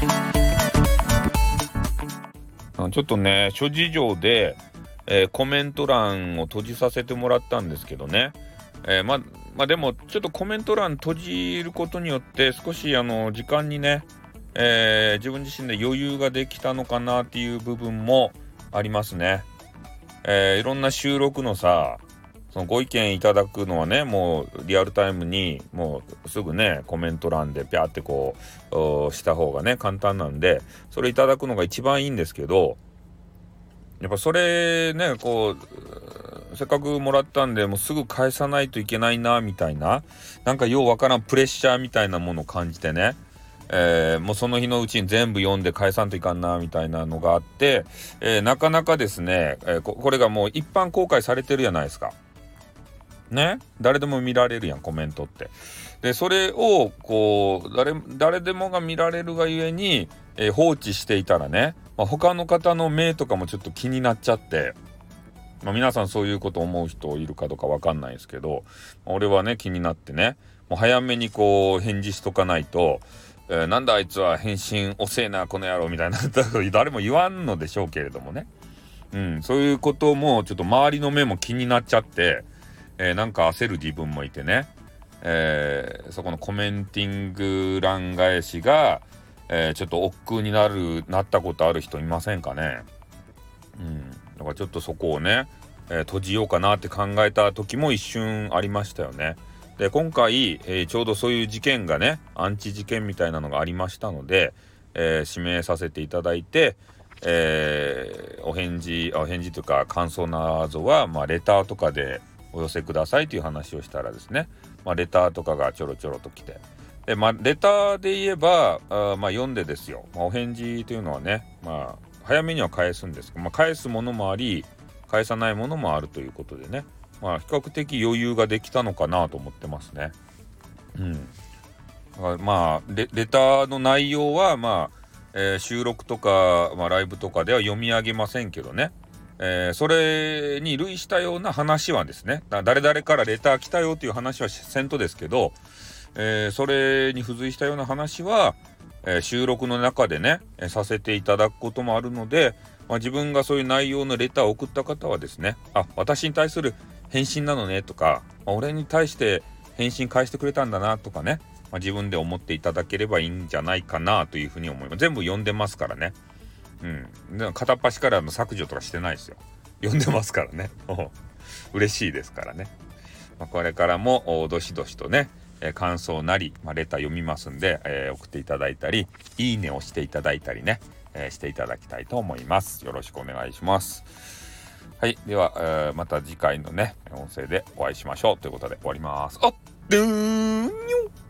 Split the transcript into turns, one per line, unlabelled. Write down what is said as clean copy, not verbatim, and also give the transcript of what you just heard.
ちょっとね諸事情で、コメント欄を閉じさせてもらったんですけどね、まあでもちょっとコメント欄閉じることによって少し時間にね、自分自身で余裕ができたのかなっていう部分もありますね。いろんな収録のさ、そのご意見いただくのはね、もうリアルタイムにもうすぐねコメント欄でピャーってこうした方がね簡単なんで、それいただくのが一番いいんですけど、やっぱそれねこうせっかくもらったんでもうすぐ返さないといけないなみたいな、なんかようわからんプレッシャーみたいなものを感じてね、もうその日のうちに全部読んで返さんといかんなみたいなのがあって、なかなかですね、これがもう一般公開されてるじゃないですかね。誰でも見られるやんコメントって。でそれをこう誰でもが見られるがゆえに、放置していたらね、他の方の目とかもちょっと気になっちゃって、皆さんそういうこと思う人いるかどうかわかんないですけど、俺はね気になってね、もう早めにこう返事しとかないと、なんだあいつは返信遅えなこの野郎みたいな誰も言わんのでしょうけれどもね、そういうこともちょっと周りの目も気になっちゃって、なんか焦る自分もいてね、そこのコメンティング欄返しが、ちょっと億劫になったことある人いませんかね。だからちょっとそこをね、閉じようかなって考えた時も一瞬ありましたよね。で今回、ちょうどそういう事件がねアンチ事件みたいなのがありましたので、指名させていただいて、お返事というか感想などは、レターとかでお寄せくださいという話をしたらですね、レターとかがちょろちょろと来て、でレターで言えば読んでですよ、お返事というのはね早めには返すんですが、返すものもあり返さないものもあるということでね、比較的余裕ができたのかなと思ってますね。レターの内容は収録とか、ライブとかでは読み上げませんけどね、それに類したような話はですね、誰々からレター来たよという話はせんとですけど、それに付随したような話は、収録の中でね、させていただくこともあるので、自分がそういう内容のレターを送った方はですね、私に対する返信なのねとか、俺に対して返信返してくれたんだなとかね、自分で思っていただければいいんじゃないかなというふうに思います。全部読んでますからね。片っ端からの削除とかしてないですよ。読んでますからね。嬉しいですからね。これからもどしどしとね、感想なり、レター読みますんで、送っていただいたりいいねをしていただいたりね、していただきたいと思います。よろしくお願いします。はい、では、また次回のね音声でお会いしましょうということで終わります。あっでーんよ